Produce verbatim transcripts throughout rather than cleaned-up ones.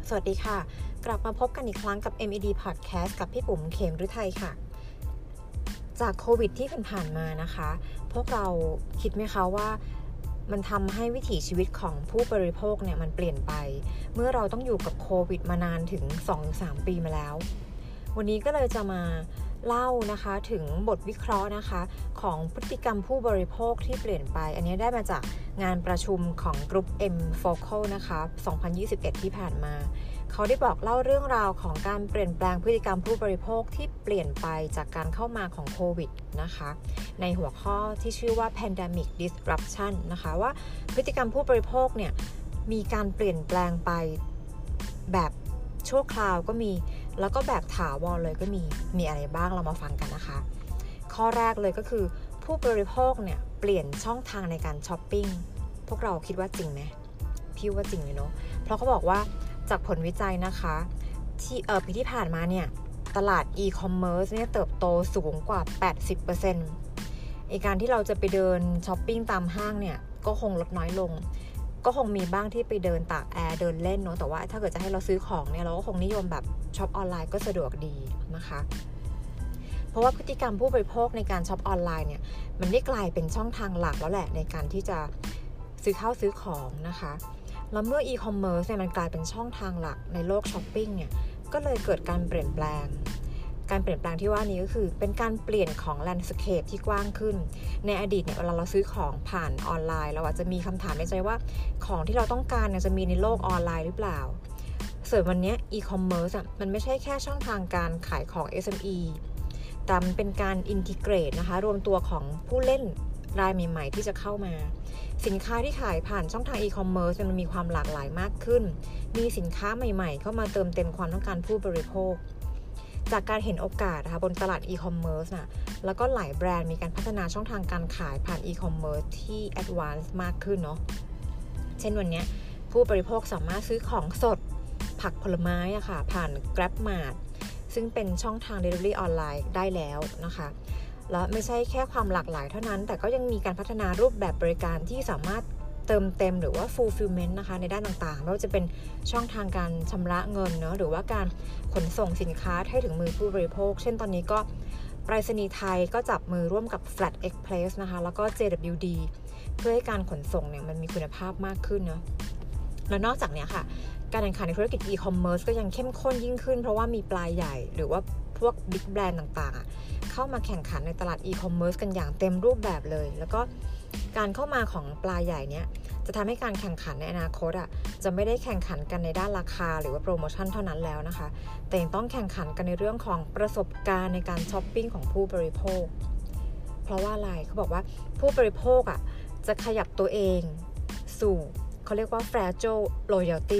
สวัสดีค่ะกลับมาพบกันอีกครั้งกับ เอ็ม อี ดี Podcast กับพี่ปุ๋มเขมฤทัยค่ะจากโควิดที่ผ่านๆมานะคะพวกเราคิดไหมคะว่ามันทำให้วิถีชีวิตของผู้บริโภคเนี่ยมันเปลี่ยนไปเมื่อเราต้องอยู่กับโควิดมานานถึง สองถึงสาม ปีมาแล้ววันนี้ก็เลยจะมาเล่านะคะถึงบทวิเคราะห์นะคะของพฤติกรรมผู้บริโภคที่เปลี่ยนไปอันนี้ได้มาจากงานประชุมของกลุ่ม M Focal นะคะสองพันยี่สิบเอ็ดที่ผ่านมาเขาได้บอกเล่าเรื่องราวของการเปลี่ยนแปลงพฤติกรรมผู้บริโภคที่เปลี่ยนไปจากการเข้ามาของโควิดนะคะในหัวข้อที่ชื่อว่า Pandemic Disruption นะคะว่าพฤติกรรมผู้บริโภคเนี่ยมีการเปลี่ยนแปลงไปแบบชั่วคราวก็มีแล้วก็แบบถาวรเลยก็มีมีอะไรบ้างเรามาฟังกันนะคะข้อแรกเลยก็คือผู้บริโภคเนี่ยเปลี่ยนช่องทางในการช้อปปิ้งพวกเราคิดว่าจริงไหมพี่ว่าจริงเลยเนาะเพราะเขาบอกว่าจากผลวิจัยนะคะที่เออปีที่ผ่านมาเนี่ยตลาดอีคอมเมิร์ซเนี่ยเติบโตสูงกว่า แปดสิบเปอร์เซ็นต์ ในการที่เราจะไปเดินช้อปปิ้งตามห้างเนี่ยก็คงลดน้อยลงก็คงมีบ้างที่ไปเดินตากแอร์เดินเล่นเนาะแต่ว่าถ้าเกิดจะให้เราซื้อของเนี่ยเราก็คงนิยมแบบช็อปออนไลน์ก็สะดวกดีนะคะเพราะว่าพฤติกรรมผู้บริโภคในการช็อปออนไลน์เนี่ยมันได้กลายเป็นช่องทางหลักแล้วแหละในการที่จะซื้อข้าวซื้อของนะคะแล้วเมื่ออีคอมเมิร์ซเนี่ยมันกลายเป็นช่องทางหลักในโลกช้อปปิ้งเนี่ยก็เลยเกิดการเปลี่ยนแปลงการเปลี่ยนแปลงที่ว่านี้ก็คือเป็นการเปลี่ยนของแลนด์สเคปที่กว้างขึ้นในอดีตเนี่ยเวลาเราซื้อของผ่านออนไลน์เราอาจจะมีคำถามในใจว่าของที่เราต้องการเนี่ยจะมีในโลกออนไลน์หรือเปล่าส่วนวันนี้อีคอมเมิร์ซอ่ะมันไม่ใช่แค่ช่องทางการขายของ เอส เอ็ม อี แต่มันเป็นการอินทิเกรตนะคะรวมตัวของผู้เล่นรายใหม่ๆที่จะเข้ามาสินค้าที่ขายผ่านช่องทางอีคอมเมิร์ซมันมีความหลากหลายมากขึ้นมีสินค้าใหม่ๆเข้ามาเติมเต็มความต้องการผู้บริโภคจากการเห็นโอกาสนะคะบนตลาดอีคอมเมิร์ซนะแล้วก็หลายแบรนด์มีการพัฒนาช่องทางการขายผ่านอีคอมเมิร์ซที่แอดวานซ์มากขึ้นเนาะเช่นวันนี้ผู้บริโภคสามารถซื้อของสดผักผลไม้อะค่ะผ่าน GrabMart ซึ่งเป็นช่องทาง Delivery ออนไลน์ได้แล้วนะคะและไม่ใช่แค่ความหลากหลายเท่านั้นแต่ก็ยังมีการพัฒนารูปแบบบริการที่สามารถเติมเต็มหรือว่า fulfillment นะคะในด้านต่างๆไม่ว่าจะเป็นช่องทางการชำระเงินเนาะหรือว่าการขนส่งสินค้าให้ถึงมือผู้บริโภคเช่นตอนนี้ก็ไปรษณีย์ไทยก็จับมือร่วมกับ Flat Express นะคะแล้วก็ เจ ดับเบิลยู ดี เพื่อให้การขนส่งเนี่ยมันมีคุณภาพมากขึ้นเนาะแล้วนอกจากนี้ค่ะการแข่งขันในธุรกิจ e-commerce ก็ยังเข้มข้นยิ่งขึ้นเพราะว่ามีปลายใหญ่หรือว่าพวก big brand ต่างๆเข้ามาแข่งขันในตลาด e-commerce กันอย่างเต็มรูปแบบเลยแล้วก็การเข้ามาของปลายใหญ่เนี้ยจะทำให้การแข่งขันในอนาคตอ่ะจะไม่ได้แข่งขันกันในด้านราคาหรือว่าโปรโมชั่นเท่านั้นแล้วนะคะแต่ยังต้องแข่งขันกันในเรื่องของประสบการณ์ในการช้อปปิ้งของผู้บริโภคเพราะว่าอะไรเขาบอกว่าผู้บริโภคอ่ะจะขยับตัวเองสู่เขาเรียกว่า fragile loyalty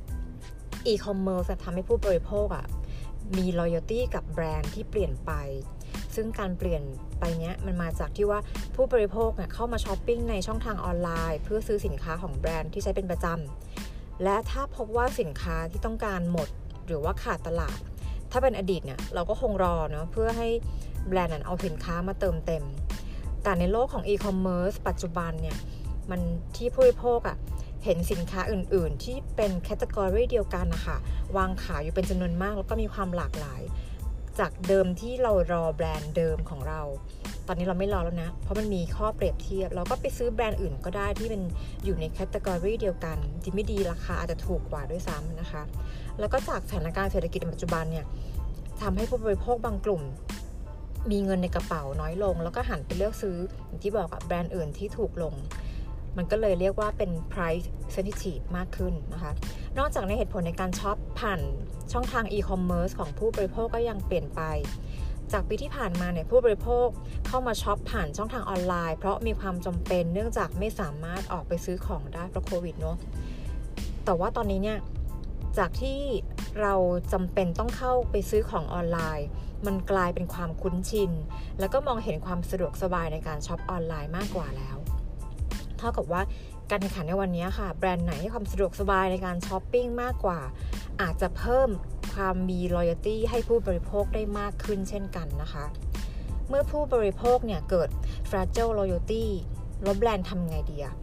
e-commerce ทำให้ผู้บริโภคอ่ะมี loyalty กับแบรนด์ที่เปลี่ยนไปซึ่งการเปลี่ยนไปเนี้ยมันมาจากที่ว่าผู้บริโภคเนี่ยเข้ามาช้อปปิ้งในช่องทางออนไลน์เพื่อซื้อสินค้าของแบรนด์ที่ใช้เป็นประจำและถ้าพบว่าสินค้าที่ต้องการหมดหรือว่าขาดตลาดถ้าเป็นอดีตเนี่ยเราก็คงรอเนาะเพื่อให้แบรนด์นั้นเอาสินค้ามาเติมเต็มแต่ในโลกของ e-commerce ปัจจุบันเนี่ยมันที่ผู้บริโภคอ่ะเห็นสินค้าอื่นๆที่เป็นแคตตากรีเดียวกันนะคะวางขายอยู่เป็นจำนวนมากแล้วก็มีความหลากหลายจากเดิมที่เรารอแบรนด์เดิมของเราตอนนี้เราไม่รอแล้วนะเพราะมันมีข้อเปรียบเทียบเราก็ไปซื้อแบรนด์อื่นก็ได้ที่เป็นอยู่ในแคตตากรีเดียวกันที่ไม่ดีราคาอาจจะถูกกว่าด้วยซ้ำนะคะแล้วก็จากสถานการณ์เศรษฐกิจในปัจจุบันเนี่ยทำให้ผู้บริโภคบางกลุ่มมีเงินในกระเป๋าน้อยลงแล้วก็หันไปเลือกซื้ออย่างที่บอกกับแบรนด์อื่นที่ถูกลงมันก็เลยเรียกว่าเป็น price sensitive มากขึ้นนะคะนอกจากในเหตุผลในการช็อปผ่านช่องทาง e-commerce ของผู้บริโภคก็ยังเปลี่ยนไปจากปีที่ผ่านมาเนี่ยผู้บริโภคเข้ามาช็อปผ่านช่องทางออนไลน์เพราะมีความจำเป็นเนื่องจากไม่สามารถออกไปซื้อของได้เพราะโควิดเนาะแต่ว่าตอนนี้เนี่ยจากที่เราจำเป็นต้องเข้าไปซื้อของออนไลน์มันกลายเป็นความคุ้นชินแล้วก็มองเห็นความสะดวกสบายในการช็อปออนไลน์มากกว่าแล้วเท่ากับว่าการแข่งขันในวันนี้ค่ะแบรนด์ไหนให้ความสะดวกสบายในการช้อปปิ้งมากกว่าอาจจะเพิ่มความมี loyalty ให้ผู้บริโภคได้มากขึ้นเช่นกันนะคะเมื่อผู้บริโภคเนี่ยเกิด fragile loyalty แล้วแบรนด์ทำไงดีอะก็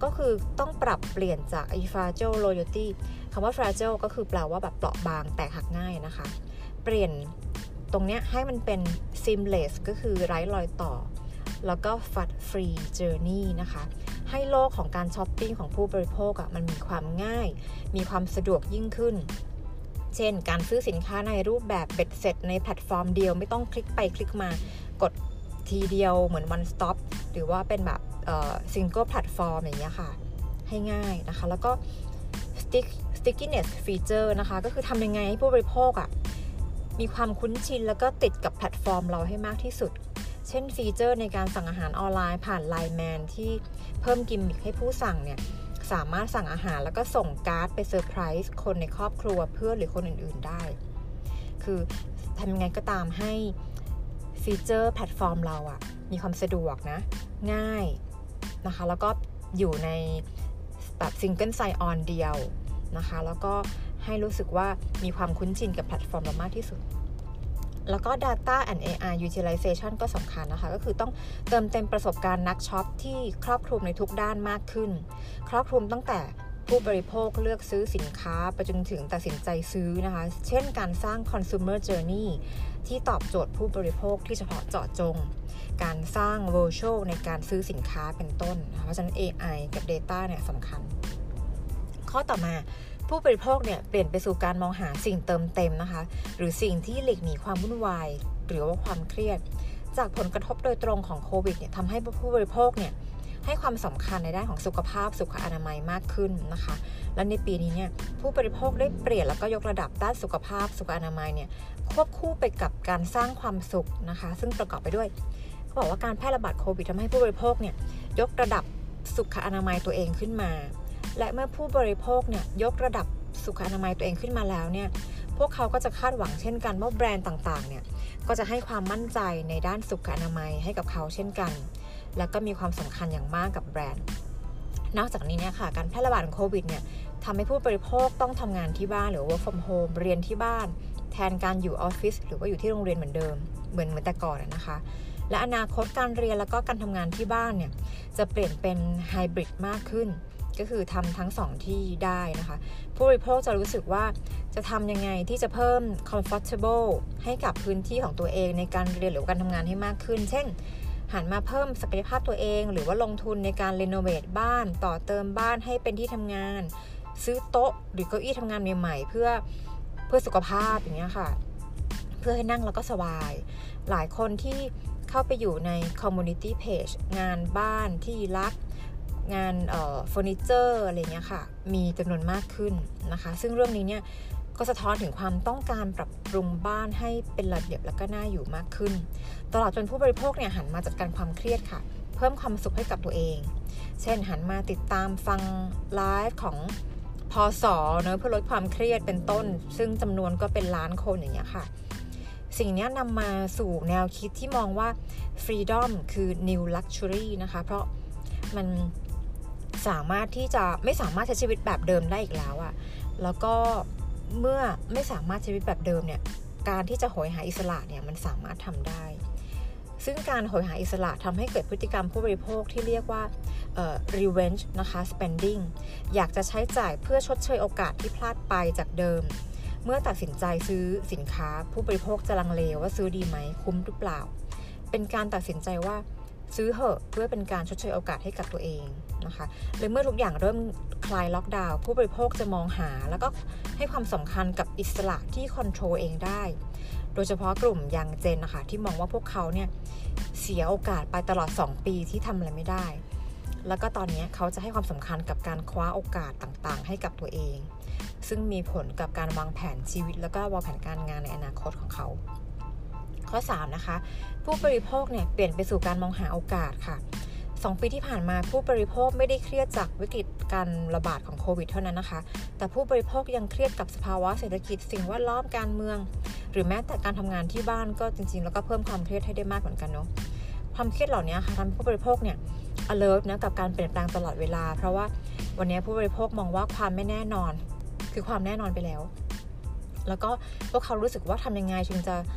ก็คือต้องปรับเปลี่ยนจาก fragile loyalty คำว่า fragile ก็คือแปลว่าแบบเปราะบางแตกหักง่ายนะคะเปลี่ยนตรงเนี้ยให้มันเป็น seamless ก็คือไร้รอยต่อแล้วก็ fuss free journey นะคะให้โลกของการช้อปปิ้งของผู้บริโภคอ่ะมันมีความง่ายมีความสะดวกยิ่งขึ้นเช่นการซื้อสินค้าในรูปแบบเบ็ดเสร็จในแพลตฟอร์มเดียวไม่ต้องคลิกไปคลิกมากดทีเดียวเหมือน one stop หรือว่าเป็นแบบเอ่อ single platform อย่างเงี้ยค่ะให้ง่ายนะคะแล้วก็ stick stickiness feature นะคะก็คือทำยังไงให้ผู้บริโภคอ่ะมีความคุ้นชินแล้วก็ติดกับแพลตฟอร์มเราให้มากที่สุดเช่นฟีเจอร์ในการสั่งอาหารออนไลน์ผ่าน ไลน์ แมน ที่เพิ่มกิมมิคให้ผู้สั่งเนี่ยสามารถสั่งอาหารแล้วก็ส่งการ์ดไปเซอร์ไพรส์คนในครอบครัวเพื่อนหรือคนอื่นๆได้คือทำยังไงก็ตามให้ฟีเจอร์แพลตฟอร์มเราอะมีความสะดวกนะง่ายนะคะแล้วก็อยู่ในแบบซิงเกิลไซน์ออนเดียวนะคะแล้วก็ให้รู้สึกว่ามีความคุ้นชินกับแพลตฟอร์มเรามากที่สุดแล้วก็ data and เอ ไอ utilization ก็สำคัญนะคะก็คือต้องเติมเต็มประสบการณ์นักช็อปที่ครอบคลุมในทุกด้านมากขึ้นครอบคลุมตั้งแต่ผู้บริโภคเลือกซื้อสินค้าไปจนถึงตัดสินใจซื้อนะคะเช่นการสร้าง consumer journey ที่ตอบโจทย์ผู้บริโภคที่เฉพาะเจาะจงการสร้าง virtual ในการซื้อสินค้าเป็นต้นนะคะเพราะฉะนั้น เอ ไอ กับ data เนี่ยสำคัญข้อต่อมาผู้บริโภคเนี่ยเปลี่ยนไปสู่การมองหาสิ่งเติมเต็มนะคะหรือสิ่งที่หลีกหนีความวุ่นวายหรือว่าความเครียดจากผลกระทบโดยตรงของโควิดเนี่ยทำให้ผู้บริโภคเนี่ยให้ความสำคัญในด้านของสุขภาพสุขอนามัยมากขึ้นนะคะและในปีนี้เนี่ยผู้บริโภคได้เปลี่ยนแล้วก็ยกระดับด้านสุขภาพสุขอนามัยเนี่ยควบคู่ไปกับการสร้างความสุขนะคะซึ่งประกอบไปด้วยเขาบอกว่าการแพร่ระบาดโควิดทำให้ผู้บริโภคเนี่ยยกระดับสุขอนามัยตัวเองขึ้นมาและเมื่อผู้บริโภคเนี่ยยกระดับสุขอนามัยตัวเองขึ้นมาแล้วเนี่ยพวกเขาก็จะคาดหวังเช่นกันว่าแบรนด์ต่างๆเนี่ยก็จะให้ความมั่นใจในด้านสุขอนามัยให้กับเขาเช่นกันและก็มีความสำคัญอย่างมากกับแบรนด์นอกจากนี้เนี่ยค่ะการแพร่ระบาดของโควิดเนี่ยทำให้ผู้บริโภคต้องทำงานที่บ้านหรือ work from home เรียนที่บ้านแทนการอยู่ออฟฟิศหรือว่าอยู่ที่โรงเรียนเหมือนเดิมเหมือนเหมือนแต่ก่อนนะคะและอนาคตการเรียนแล้วก็การทำงานที่บ้านเนี่ยจะเปลี่ยนเป็นไฮบริดมากขึ้นก็คือทำทั้งสองที่ได้นะคะผู้บริโภคจะรู้สึกว่าจะทำยังไงที่จะเพิ่ม comfortable ให้กับพื้นที่ของตัวเองในการเรียนหรือการทำงานให้มากขึ้นเช่นหันมาเพิ่มศักยภาพตัวเองหรือว่าลงทุนในการรีโนเวทบ้านต่อเติมบ้านให้เป็นที่ทำงานซื้อโต๊ะหรือเก้าอี้ทำงานใหม่ๆเพื่อเพื่อสุขภาพอย่างเงี้ยค่ะเพื่อให้นั่งแล้วก็สบายหลายคนที่เข้าไปอยู่ใน community page งานบ้านที่รักงานเอ่อเฟอร์นิเจอร์อะไรเงี้ยค่ะมีจำนวนมากขึ้นนะคะซึ่งเรื่องนี้เนี่ยก็สะท้อนถึงความต้องการปรับปรุงบ้านให้เป็นระเบียบและก็น่าอยู่มากขึ้นตลอดจนผู้บริโภคเนี่ยหันมาจัดการความเครียดค่ะเพิ่มความสุขให้กับตัวเองเช่นหันมาติดตามฟังไลฟ์ของพสเนอะเพื่อลดความเครียดเป็นต้นซึ่งจำนวนก็เป็นล้านคนอย่างเงี้ยค่ะสิ่งนี้นำมาสู่แนวคิดที่มองว่า freedom คือ new luxury นะคะเพราะมันสามารถที่จะไม่สามารถใช้ชีวิตแบบเดิมได้อีกแล้วอะแล้วก็เมื่อไม่สามารถใช้ชีวิตแบบเดิมเนี่ยการที่จะโหยหาอิสระเนี่ยมันสามารถทำได้ซึ่งการโหยหาอิสระทำให้เกิดพฤติกรรมผู้บริโภคที่เรียกว่าเอ่อ revenge นะคะ spending อยากจะใช้จ่ายเพื่อชดเชยโอกาสที่พลาดไปจากเดิมเมื่อตัดสินใจซื้อสินค้าผู้บริโภคจะลังเลว่าซื้อดีไหมคุ้มหรือเปล่าเป็นการตัดสินใจว่าซื้อเหอะเพื่อเป็นการชดเชยโอกาสให้กับตัวเองนะคะและเมื่อทุกอย่างเริ่มคลายล็อกดาวน์ผู้บริโภคจะมองหาแล้วก็ให้ความสำคัญกับอิสระที่คอนโทรลเองได้โดยเฉพาะกลุ่มยังเจนนะคะที่มองว่าพวกเขาเนี่ยเสียโอกาสไปตลอดสองปีที่ทำอะไรไม่ได้แล้วก็ตอนนี้เขาจะให้ความสำคัญกับการคว้าโอกาสต่างๆให้กับตัวเองซึ่งมีผลกับการวางแผนชีวิตแล้วก็วางแผนการงานในอนาคตของเขาข้อสามนะคะผู้บริโภคเนี่ยเปลี่ยนไปสู่การมองหาโอกาสค่ะสองปีที่ผ่านมาผู้บริโภคไม่ได้เครียดจากวิกฤตการระบาดของโควิดเท่านั้นนะคะแต่ผู้บริโภคยังเครียดกับสภาวะเศรษฐกิจสิ่งแวดล้อมการเมืองหรือแม้แต่การทำงานที่บ้านก็จริงๆแล้วก็เพิ่มความเครียดให้ได้มากเหมือนกันเนาะความเครียดเหล่านี้ค่ะทำให้ผู้บริโภคเนี่ย alert นะกับการเปลี่ยนแปลงตลอดเวลาเพราะว่าวันนี้ผู้บริโภคมองว่าความไม่แน่นอนคือความแน่นอนไปแล้วแล้วก็พวกเขารู้สึกว่าทำยังไงจึงจะ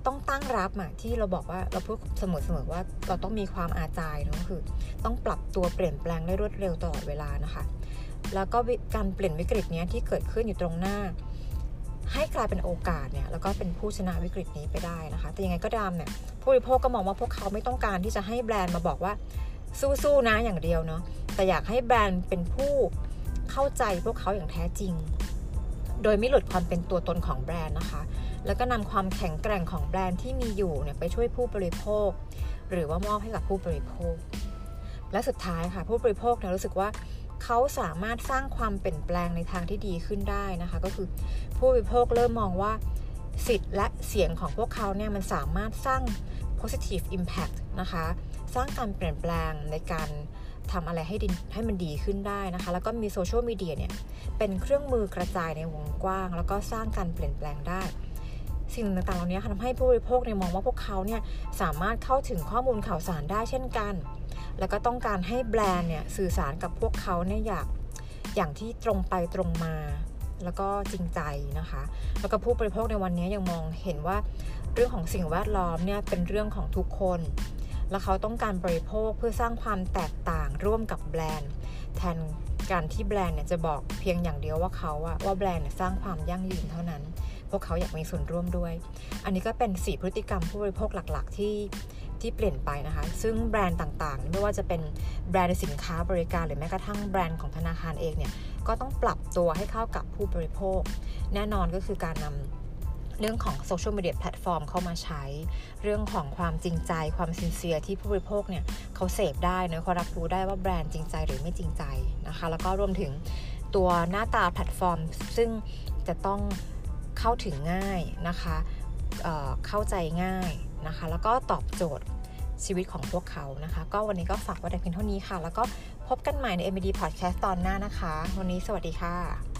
ต้องตั้งรับอ่ะที่เราบอกว่าเราพูดเสมอๆว่าเราต้องมีความอาจายเนาะคือต้องปรับตัวเปลี่ยนแปลงได้รวดเร็วตลอดเวลานะคะแล้วก็การเปลี่ยนวิกฤตนี้ที่เกิดขึ้นอยู่ตรงหน้าให้กลายเป็นโอกาสเนี่ยแล้วก็เป็นผู้ชนะวิกฤตนี้ไปได้นะคะแต่ยังไงก็ตามเนี่ยผู้บริโภคก็มองว่าพวกเขาไม่ต้องการที่จะให้แบรนด์มาบอกว่าสู้ๆนะอย่างเดียวเนาะแต่อยากให้แบรนด์เป็นผู้เข้าใจพวกเขาอย่างแท้จริงโดยไม่หลุดความเป็นตัวตนของแบรนด์นะคะแล้วก็นำความแข็งแกร่งของแบรนด์ที่มีอยู่เนี่ยไปช่วยผู้บริโภคหรือว่ามอบให้กับผู้บริโภคและสุดท้ายค่ะผู้บริโภคเนี่ยรู้สึกว่าเขาสามารถสร้างความเปลี่ยนแปลงในทางที่ดีขึ้นได้นะคะก็คือผู้บริโภคเริ่มมองว่าสิทธิ์และเสียงของพวกเขาเนี่ยมันสามารถสร้าง positive impact นะคะสร้างการเปลี่ยนแปลงในการทำอะไรให้ดีให้มันดีขึ้นได้นะคะแล้วก็มีโซเชียลมีเดียเนี่ยเป็นเครื่องมือกระจายในวงกว้างแล้วก็สร้างการเปลี่ยนแปลงได้สิ่งต่างๆเหล่านี้ทำให้ผู้บริโภคเนี่ยมองว่าพวกเขาเนี่ยสามารถเข้าถึงข้อมูลข่าวสารได้เช่นกันแล้วก็ต้องการให้แบรนด์เนี่ยสื่อสารกับพวกเขาเนี่ยอย่างอย่างที่ตรงไปตรงมาแล้วก็จริงใจนะคะแล้วก็ผู้บริโภคในวันนี้ยังมองเห็นว่าเรื่องของสิ่งแวดล้อมเนี่ยเป็นเรื่องของทุกคนและเขาต้องการบริโภคเพื่อสร้างความแตกต่างร่วมกับแบรนด์แทนการที่แบรนด์เนี่ยจะบอกเพียงอย่างเดียวว่าเขาอะว่าแบรนด์เนี่ยสร้างความยั่งยืนเท่านั้นพวกเขาอยากมีส่วนร่วมด้วยอันนี้ก็เป็นสี่พฤติกรรมผู้บริโภคหลักๆที่ที่เปลี่ยนไปนะคะซึ่งแบรนด์ต่างๆไม่ว่าจะเป็นแบรนด์สินค้าบริการหรือแม้กระทั่งแบรนด์ของธนาคารเองเนี่ยก็ต้องปรับตัวให้เข้ากับผู้บริโภคแน่นอนก็คือการนำเรื่องของโซเชียลมีเดียแพลตฟอร์มเข้ามาใช้เรื่องของความจริงใจความซินเซียร์ที่ผู้บริโภคเนี่ยเขาเสพได้นะเขารับรู้ได้ว่าแบรนด์จริงใจหรือไม่จริงใจนะคะแล้วก็รวมถึงตัวหน้าตาแพลตฟอร์มซึ่งจะต้องเข้าถึงง่ายนะคะเอ่อเข้าใจง่ายนะคะแล้วก็ตอบโจทย์ชีวิตของพวกเขานะคะก็วันนี้ก็ฝากไว้แต่เพียงเท่านี้ค่ะแล้วก็พบกันใหม่ใน เอ็ม อี ดี Podcast ตอนหน้านะคะวันนี้สวัสดีค่ะ